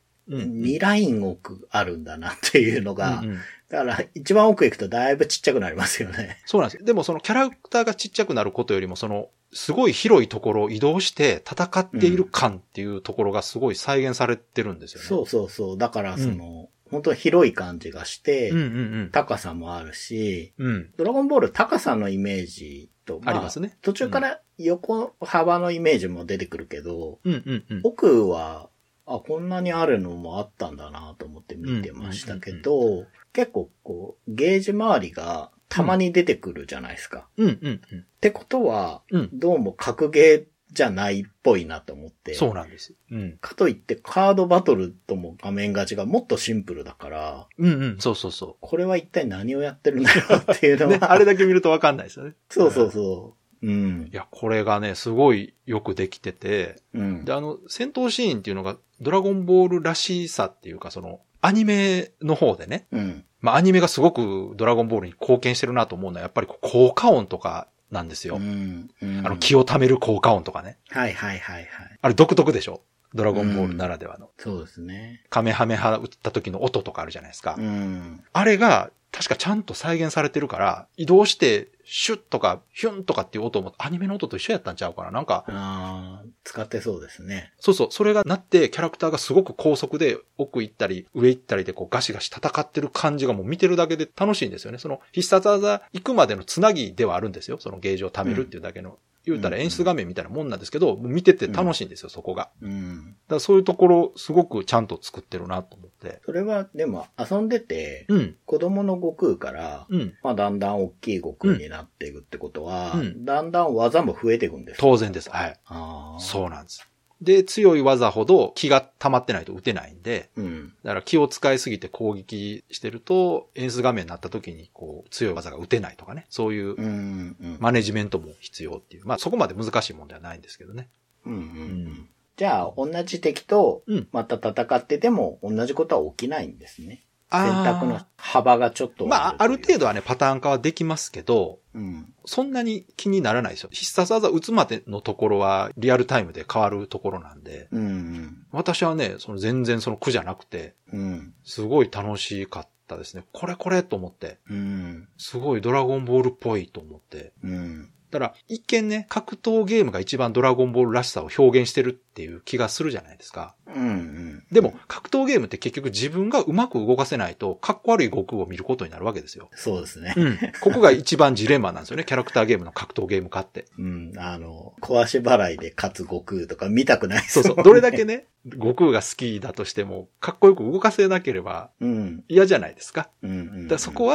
Speaker 3: 。2ライン奥あるんだなっていうのが、だから一番奥行くとだいぶちっちゃくなりますよね。
Speaker 2: そうなんです。でもそのキャラクターがちっちゃくなることよりもすごい広いところを移動して戦っている感っていうところがすごい再現されてるんですよね。
Speaker 3: そう。だから本当に広い感じがして、高さもあるし、ドラゴンボール高さのイメージと、
Speaker 2: ありますね。
Speaker 3: 途中から横幅のイメージも出てくるけど、奥は、こんなにあるのもあったんだなと思って見てましたけど、結構こう、ゲージ周りがたまに出てくるじゃないですか。ってことは、どうも格ゲーじゃないっぽいなと思って。
Speaker 2: そうなんです。
Speaker 3: かといってカードバトルとも画面勝ちがもっとシンプルだから、
Speaker 2: そう。
Speaker 3: これは一体何をやってるんだろうっていうのは、
Speaker 2: ね、あれだけ見るとわかんないですよね。
Speaker 3: そう。
Speaker 2: いや、これがね、すごいよくできてて、で、戦闘シーンっていうのが、ドラゴンボールらしさっていうか、アニメの方でね、アニメがすごくドラゴンボールに貢献してるなと思うのは、やっぱり効果音とかなんですよ。気を溜める効果音とかね。
Speaker 3: はい。
Speaker 2: あれ独特でしょ？ドラゴンボールならではの。
Speaker 3: そうですね。
Speaker 2: カメハメハ打った時の音とかあるじゃないですか。あれが、確かちゃんと再現されてるから、移動して、シュッとか、ヒュンとかっていう音も、アニメの音と一緒やったんちゃうかななんか。
Speaker 3: 使ってそうですね。
Speaker 2: そう。それがなって、キャラクターがすごく高速で、奥行ったり、上行ったりで、こう、ガシガシ戦ってる感じがもう見てるだけで楽しいんですよね。必殺技行くまでのつなぎではあるんですよ。ゲージを貯めるっていうだけの。言うたら演出画面みたいなもんなんですけど、見てて楽しいんですよ、そこが。だからそういうところ、すごくちゃんと作ってるなと思って。
Speaker 3: それは、でも、遊んでて、子供の悟空から、だんだん大きい悟空になっていくってことは、だんだん技も増えていくんですか？
Speaker 2: 当然です。はい。そうなんです。で、強い技ほど気が溜まってないと打てないんで、だから気を使いすぎて攻撃してると、演出画面になった時にこう強い技が打てないとかね、そういうマネジメントも必要っていう、そこまで難しいもんではないんですけどね。
Speaker 3: じゃあ、同じ敵とまた戦ってても同じことは起きないんですね。選択の幅がちょっと
Speaker 2: ある程度はね、パターン化はできますけど、そんなに気にならないですよ。必殺技打つまでのところはリアルタイムで変わるところなんで、私はね、全然苦じゃなくて、すごい楽しかったですね。これと思って、すごいドラゴンボールっぽいと思って、だから一見ね、格闘ゲームが一番ドラゴンボールらしさを表現してるっていう気がするじゃないですか。でも格闘ゲームって結局自分がうまく動かせないとかっこ悪い悟空を見ることになるわけですよ。
Speaker 3: そうですね。
Speaker 2: ここが一番ジレンマなんですよね。キャラクターゲームの格闘ゲーム化って。
Speaker 3: 壊し払いで勝つ悟空とか見たくないです
Speaker 2: よね。そう。どれだけね、悟空が好きだとしてもかっこよく動かせなければ嫌じゃないですか。だからそこは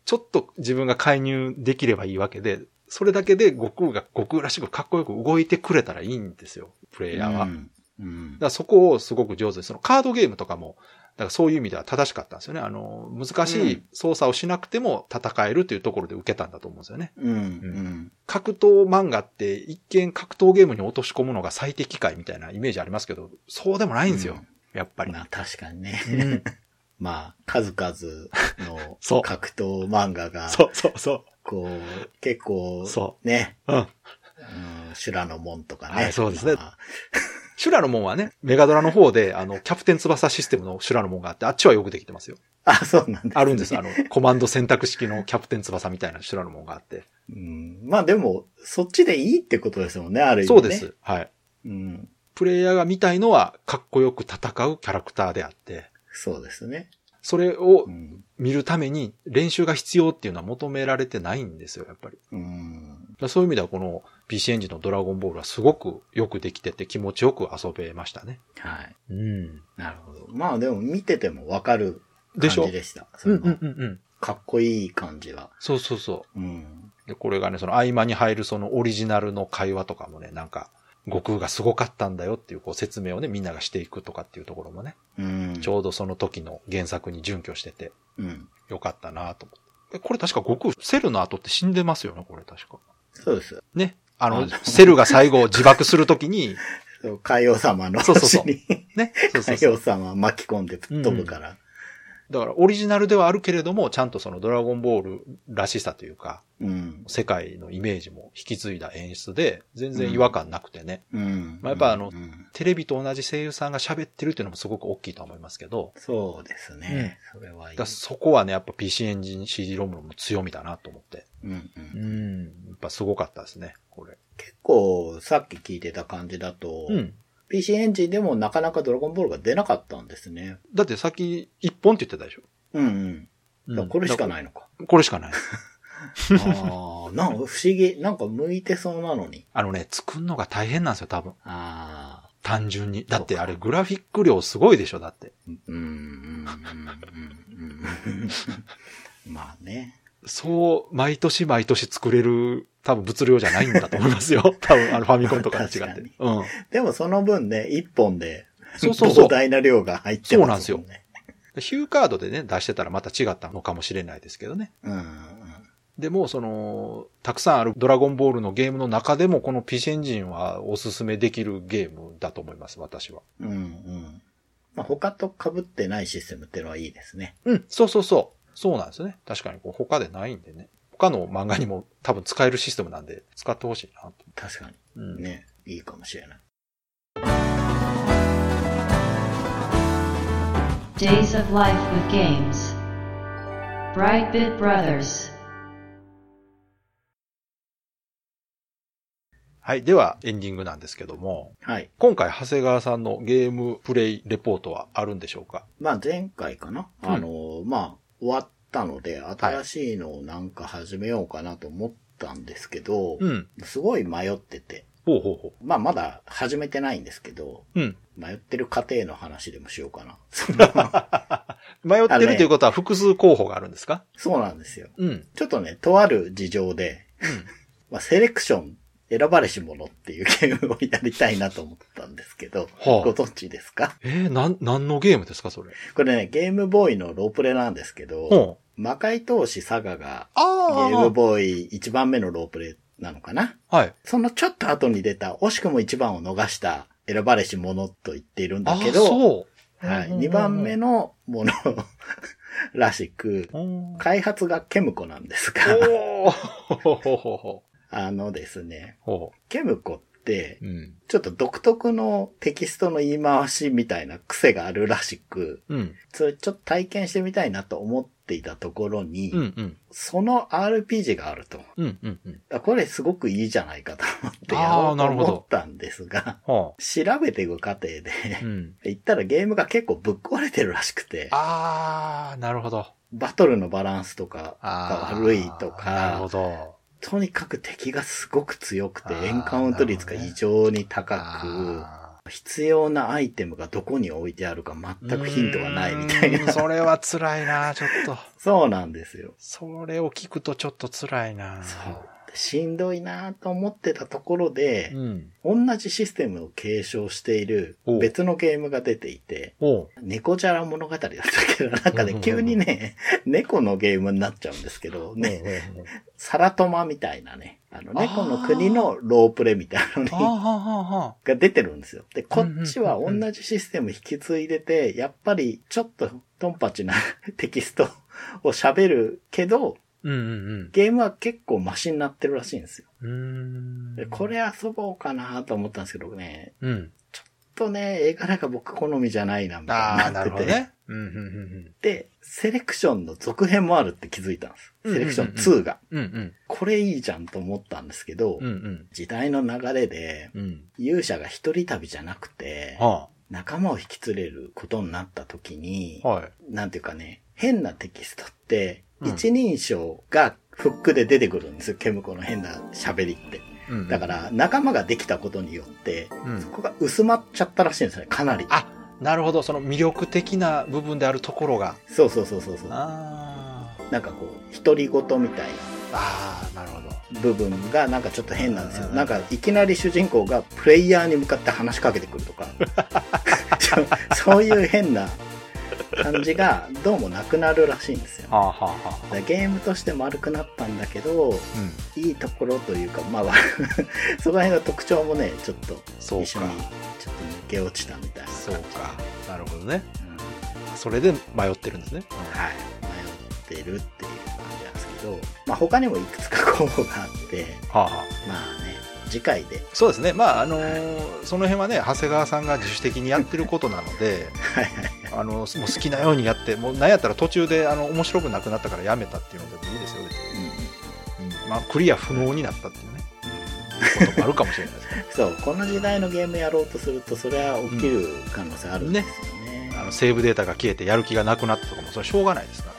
Speaker 2: ちょっと自分が介入できればいいわけで、それだけで悟空が悟空らしくかっこよく動いてくれたらいいんですよ、プレイヤーは。だからそこをすごく上手です。そのカードゲームとかも、だからそういう意味では正しかったんですよね。難しい操作をしなくても戦えるというところで受けたんだと思うんですよね。格闘漫画って一見格闘ゲームに落とし込むのが最適解みたいなイメージありますけど、そうでもないんですよ。やっぱり。
Speaker 3: まあ確かにね。まあ、数々の格闘漫画が、こう、結構、ね、修羅の門とかね。
Speaker 2: はい、そうですね。修羅の門はね、メガドラの方で、キャプテン翼システムの修羅の門があって、あっちはよくできてますよ。
Speaker 3: あ、そうなんですね。
Speaker 2: あるんです。コマンド選択式のキャプテン翼みたいな修羅の門があって。
Speaker 3: まあでも、そっちでいいってことですもんね、ある意味ね。
Speaker 2: そうです。はい。プレイヤーが見たいのは、かっこよく戦うキャラクターであって。
Speaker 3: そうですね。
Speaker 2: それを見るために練習が必要っていうのは求められてないんですよ、やっぱり。そういう意味ではこの PC エンジンのドラゴンボールはすごくよくできてて気持ちよく遊べましたね。
Speaker 3: はい。なるほど。まあでも見ててもわかる感じでした。かっこいい感じは。
Speaker 2: そうそうそう。で、これがね、その合間に入るそのオリジナルの会話とかもね、なんか、悟空がすごかったんだよっていうこう説明をね、みんながしていくとかっていうところもね、ちょうどその時の原作に準拠してて、よかったなと思って。これ確か悟空、セルの後って死んでますよね、これ確か。
Speaker 3: そうです。
Speaker 2: ね。セルが最後自爆するときに、
Speaker 3: 海王様の星に、ね。海王様巻き込んで吹っ飛ぶから。
Speaker 2: だからオリジナルではあるけれども、ちゃんとそのドラゴンボールらしさというか、世界のイメージも引き継いだ演出で、全然違和感なくてね。まあ、やっぱテレビと同じ声優さんが喋ってるっていうのもすごく大きいと思いますけど。
Speaker 3: そうですね。それはいい。
Speaker 2: そこはね、やっぱ PC エンジン CD ロムの強みだなと思って。やっぱすごかったですね、これ。
Speaker 3: 結構、さっき聞いてた感じだと、PC エンジンでもなかなかドラゴンボールが出なかったんですね。
Speaker 2: だってさっき1本って言ってたでしょ。
Speaker 3: これしかないのか。
Speaker 2: これしかない。
Speaker 3: ああ、なんか不思議。なんか向いてそうなのに。
Speaker 2: 作るのが大変なんですよ、多分。単純に。だってあれグラフィック量すごいでしょ、だって。
Speaker 3: まあね。
Speaker 2: そう、毎年毎年作れる、多分物量じゃないんだと思いますよ。多分ファミコンとかと違って。
Speaker 3: でもその分ね、一本で、
Speaker 2: 膨
Speaker 3: 大な量が入ってますもんね。そうなんですよ。
Speaker 2: ヒューカードでね、出してたらまた違ったのかもしれないですけどね。でも、たくさんあるドラゴンボールのゲームの中でも、この PC エンジンはおすすめできるゲームだと思います、私は。
Speaker 3: まあ、他と被ってないシステムっていうのはいいですね。
Speaker 2: そうそうそう。そうなんですよね。確かに他でないんでね。他の漫画にも多分使えるシステムなんで使ってほしいなと。
Speaker 3: 確かに。ね。いいかもしれない。
Speaker 1: Days of Life with Games Brightbit Brothers。
Speaker 2: はい。では、エンディングなんですけども。
Speaker 3: はい。
Speaker 2: 今回、長谷川さんのゲームプレイレポートはあるんでしょうか？
Speaker 3: まあ、前回かな。まあ、終わったので、新しいのをなんか始めようかなと思ったんですけど、すごい迷ってて。まあ、まだ始めてないんですけど、迷ってる過程の話でもしようかな。
Speaker 2: 迷ってるということは複数候補があるんですか？
Speaker 3: そうなんですよ。ちょっとね、とある事情で、まあ、セレクション、選ばれし者っていうゲームをやりたいなと思ったんですけど、ご存知ですか？
Speaker 2: 何のゲームですか、それ。
Speaker 3: これね、ゲームボーイのロープレなんですけど、魔界闘士サガが、ゲームボーイ1番目のロープレなのかな？
Speaker 2: はい。
Speaker 3: そのちょっと後に出た、惜しくも1番を逃した選ばれし者と言っているんだけど、はい。2番目のものらしく、開発がケムコなんですが、ですね、ケムコって、ちょっと独特のテキストの言い回しみたいな癖があるらしく、それちょっと体験してみたいなと思っていたところに、その RPG があると。これすごくいいじゃないかと思ってやろうと思ったんですが、調べていく過程で、言ったらゲームが結構ぶっ壊れてるらしくて、
Speaker 2: なるほど。
Speaker 3: バトルのバランスとかが悪いとか、
Speaker 2: なるほど。
Speaker 3: とにかく敵がすごく強くてエンカウント率が異常に高く、 必要なアイテムがどこに置いてあるか全くヒントがないみたいな。
Speaker 2: それは辛いな、ちょっと。
Speaker 3: そうなんですよ。
Speaker 2: それを聞くとちょっと辛いな。
Speaker 3: そう。しんどいなと思ってたところで、同じシステムを継承している別のゲームが出ていて、猫じゃら物語だったけど、なんかね、急にね、猫のゲームになっちゃうんですけど、ね、サラトマみたいなね、猫の国のロープレみたいなのが出てるんですよ。で、こっちは同じシステム引き継いでて、やっぱりちょっとトンパチなテキストを喋るけど、ゲームは結構マシになってるらしいんですよ。でこれ遊ぼうかなと思ったんですけどね、ちょっとね、絵柄が僕好みじゃないな、みたいになってて。ね。で、セレクションの続編もあるって気づいたんです。セレクション2が。これいいじゃんと思ったんですけど、時代の流れで、勇者が一人旅じゃなくて、仲間を引き連れることになった時に、なんていうかね、変なテキストって、一人称がフックで出てくるんですよ。ケムコの変な喋りって。だから仲間ができたことによって、そこが薄まっちゃったらしいんですよね、かなり。
Speaker 2: あ、なるほど。その魅力的な部分であるところが。
Speaker 3: そう。なんかこう、独り言みたいな。
Speaker 2: なるほど。
Speaker 3: 部分がなんかちょっと変なんですよ。なんかいきなり主人公がプレイヤーに向かって話しかけてくるとか。そういう変な感じがどうもなくなるらしいんですよ。ゲームとして丸くなったんだけど、いいところというか、まあ、その辺の特徴もね、ちょっと一緒にちょっと抜け落ちたみたいな。
Speaker 2: そうか。なるほどね。それで迷ってるんですね。
Speaker 3: はい。迷ってるっていう感じなんですけど、まあ他にもいくつか候補があって、まあね、次回で。
Speaker 2: そうですね。まあその辺はね、長谷川さんが自主的にやってることなので、もう好きなようにやって、もうなんやったら途中で面白くなくなったからやめたっていうのでもいいですよ。まあクリア不能になったっていうね、こともあるかもしれないですね。
Speaker 3: そう、この時代のゲームやろうとすると、それは起きる可能性あるんですよね。
Speaker 2: セーブデータが消えてやる気がなくなったとかも、それはしょうがないですから。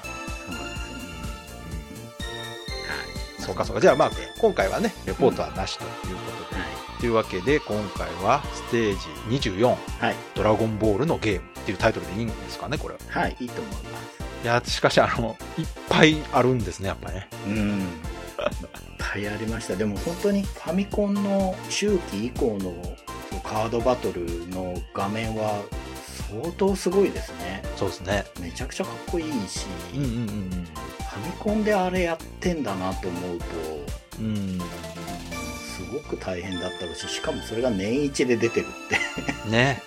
Speaker 2: そうか。じゃあまあ今回はね、レポートはなしということで、というわけで今回はステージ24、ドラゴンボールのゲームっていうタイトルでいいんですかね、これは。
Speaker 3: はい、いいと思います。
Speaker 2: いや、しかしいっぱいあるんですね、やっぱね。
Speaker 3: いっぱいありました。でも本当にファミコンの中期以降のカードバトルの画面は相当すごいですね。
Speaker 2: そうですね。
Speaker 3: めちゃくちゃかっこいいし、ファミコンであれやってんだなと思うと、すごく大変だったろうし、しかもそれが年一で出てるって
Speaker 2: ね。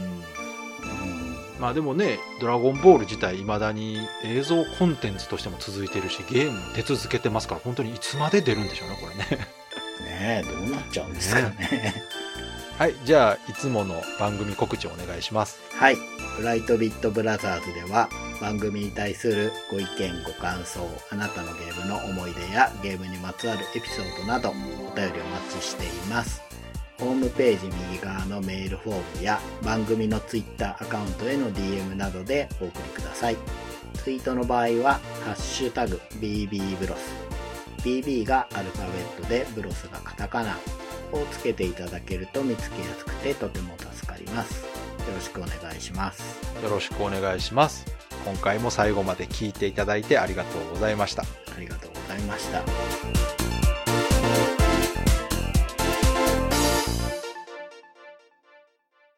Speaker 2: まあでもね、ドラゴンボール自体未だに映像コンテンツとしても続いてるし、ゲームも出続けてますから、本当にいつまで出るんでしょうね、これね。
Speaker 3: ねえ、どうなっちゃうんですかね。
Speaker 2: はい、じゃあいつもの番組告知をお願いします。
Speaker 3: はい、ブライトビットブラザーズでは番組に対するご意見ご感想、あなたのゲームの思い出やゲームにまつわるエピソードなどお便りお待ちしています。ホームページ右側のメールフォームや番組のツイッターアカウントへの DM などでお送りください。ツイートの場合はハッシュタグ BB ブロス、 BB がアルファベットでブロスがカタカナをつけていただけると見つけやすくてとても助かります。よろしくお願いします。
Speaker 2: よろしくお願いします。今回も最後まで聞いていただいてありがとうございました。
Speaker 3: ありがとうございました。